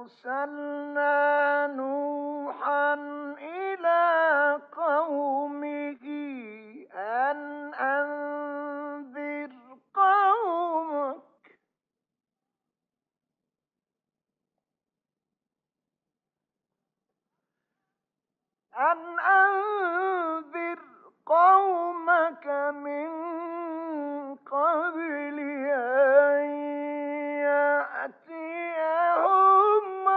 أرسلنا نوحا إلى قومه أن أنذر قومك من قبل أن يأتيهم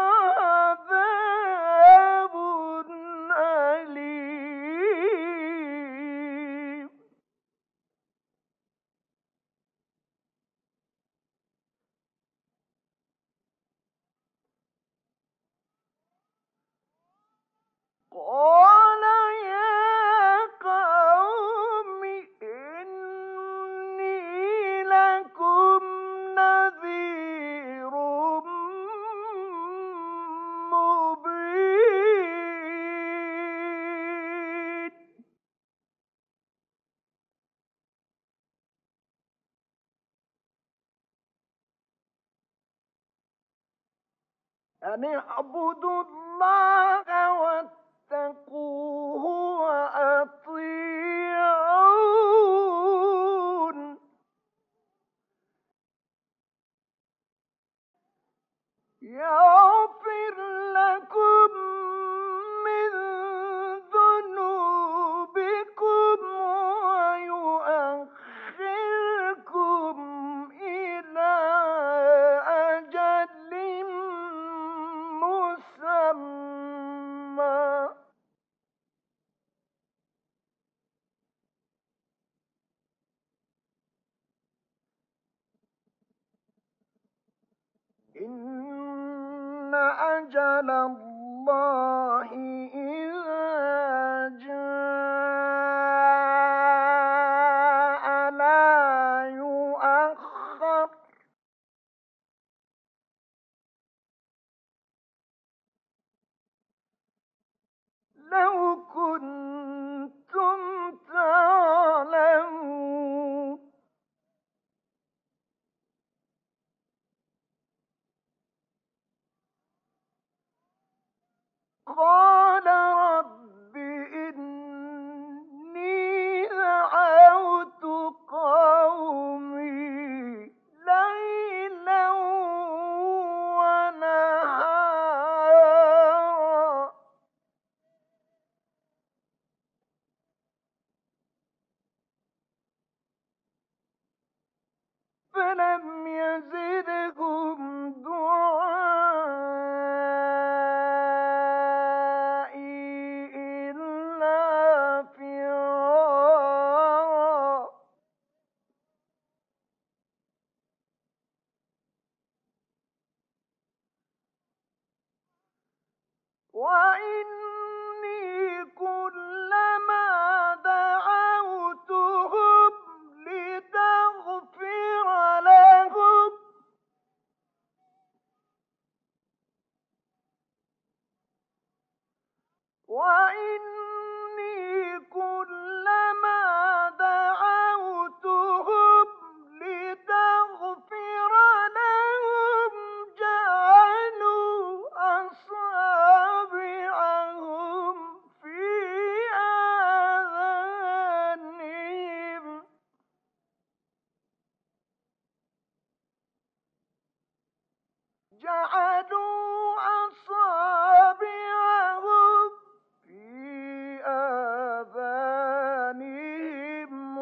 عذاب أليم. قال يا قوم إني لكم نذير مبين. أن اعبدوا الله واتقوه وأطيعون. يغفر لكم من ذنوبكم ويؤخركم إلى أجل مسمى. إن أجل الله إذا جاء لا يؤخر. لو كنتم تعلمون. قال رب إني دعوت قومي ليلا ونهارا فلم يزدهم دعائي إلا فرارا. وإني كلما دعوتهم لتغفر لهم وإني كلما دعوتهم لتغفر لهم جعلوا أصابعهم في آذانهم جعلوا أصابعهم في آذانهم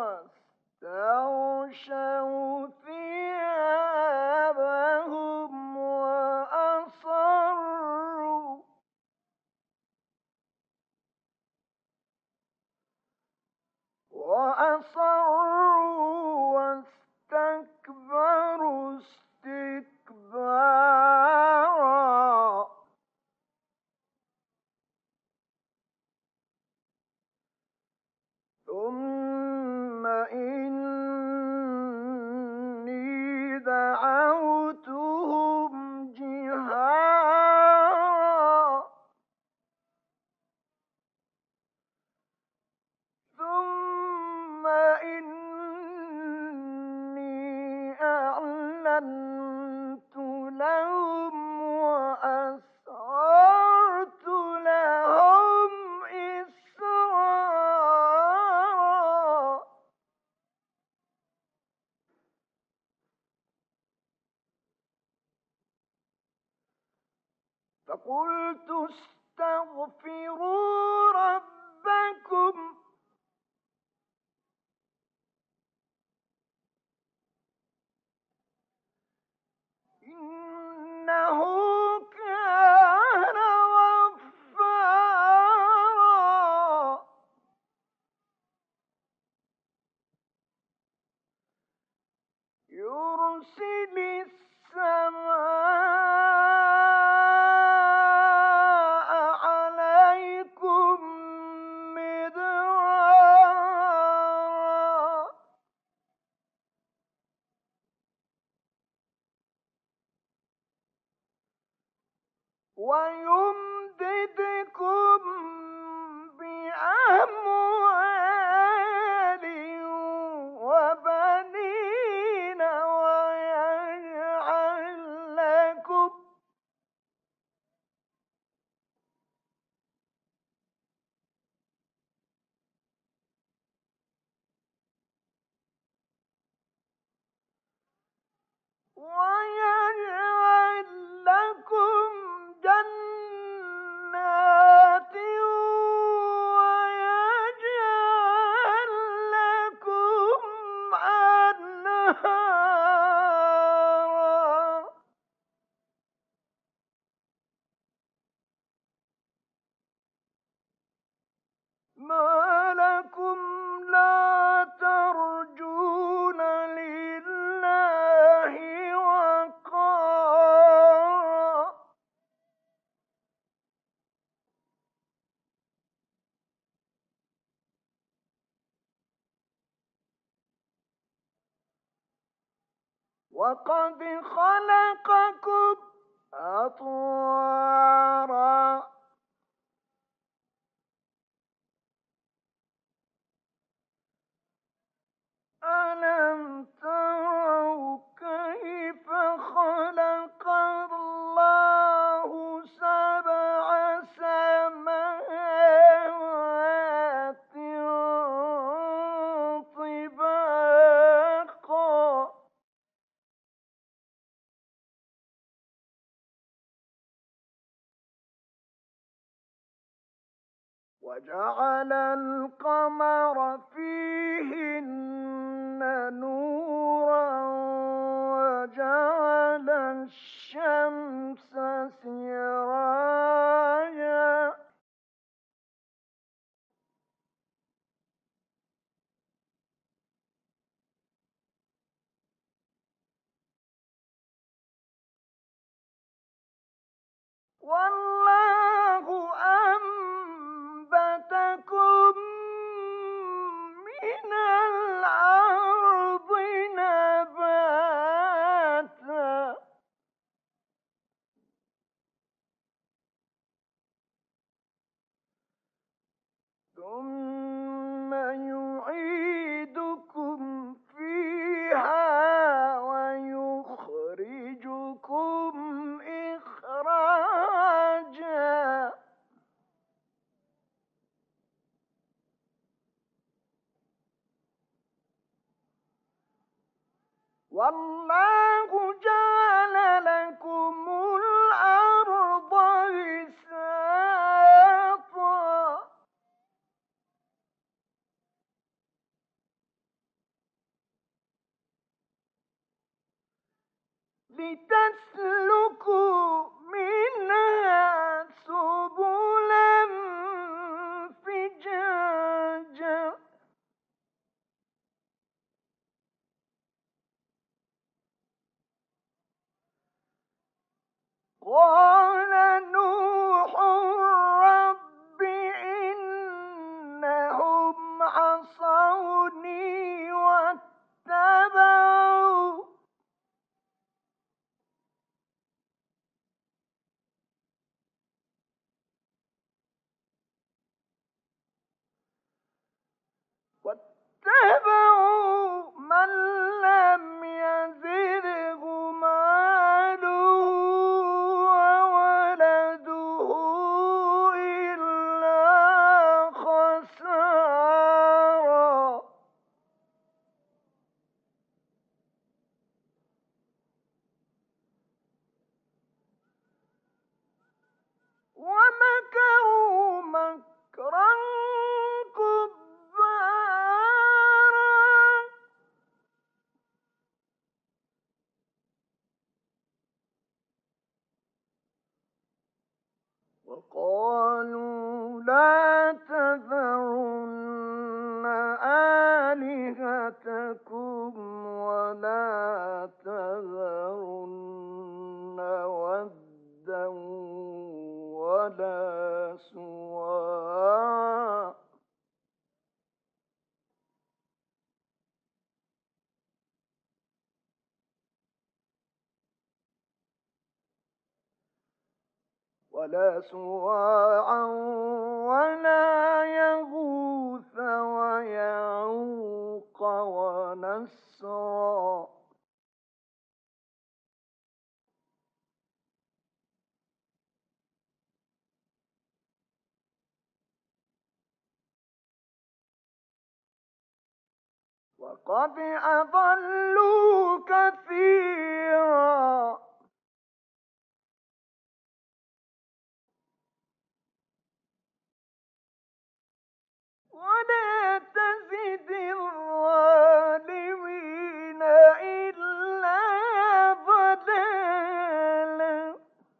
واستغشوا ثيابهم وأصروا واستكبروا استكبارا. فقلت استغفروا ربكم إنه كان غفارا يرسل السماء عليكم مدرارا ويمددكم بأموال وبنين ويجعل لكم جنات ويجعل لكم أنهارا ما لكم لا ترجون لله وقارا وقد خلقكم أطوارا ألم تروا كيف خلق الله سبع سماوات طباقا وجعل القمر فيهن نورا وجعل الشمس سراجا والله أنبتكم من الأرض نباتا ثم يعيدكم فيها ويخرجكم إخراجا والله جعل لكم الأرض بساطا لتسلكوا منها سبلا فجاجا قال نوح رب إنهم عصوني واتبعوا من لم يزده ماله وقالوا لا تذرن آلهتكم ولا تذرن ودا ولا سواعا ولا يغوث ويعوق ونسرا. وقد أضلوا كثيرا ولا تزد الظالمين إلا ضلالا.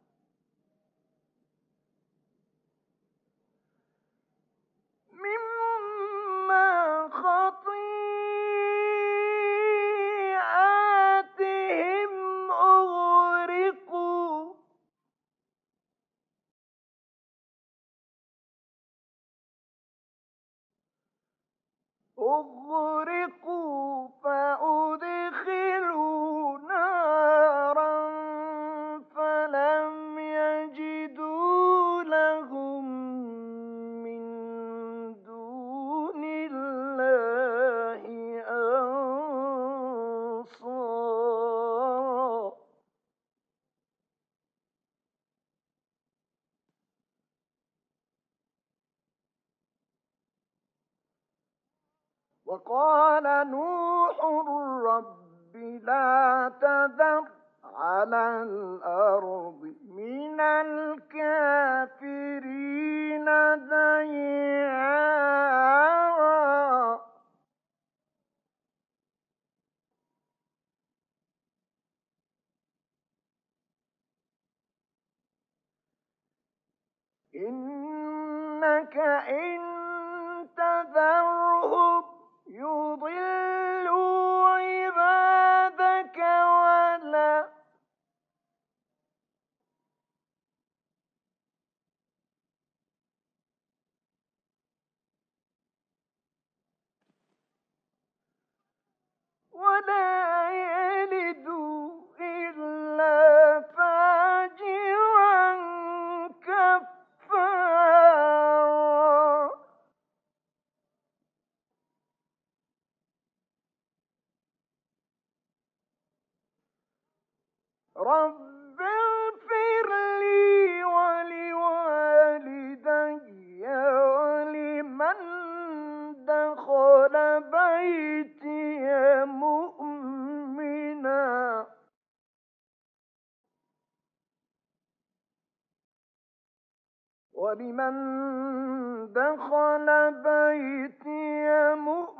مما خطيئاتهم أغرقوا فأدخلوا نارا فلم يجدوا لهم من دون الله أنصارا. وقال نوح رب لا تذر على الأرض من الكافرين ديارا. إنك إن تذرهم يضلوا عبادك ولا يلدوا إلا فاجرا كفارا. رب اغفر لي ولوالدي ولمن دخل بيتي مؤمنا ولمن دخل بيتي مؤمنا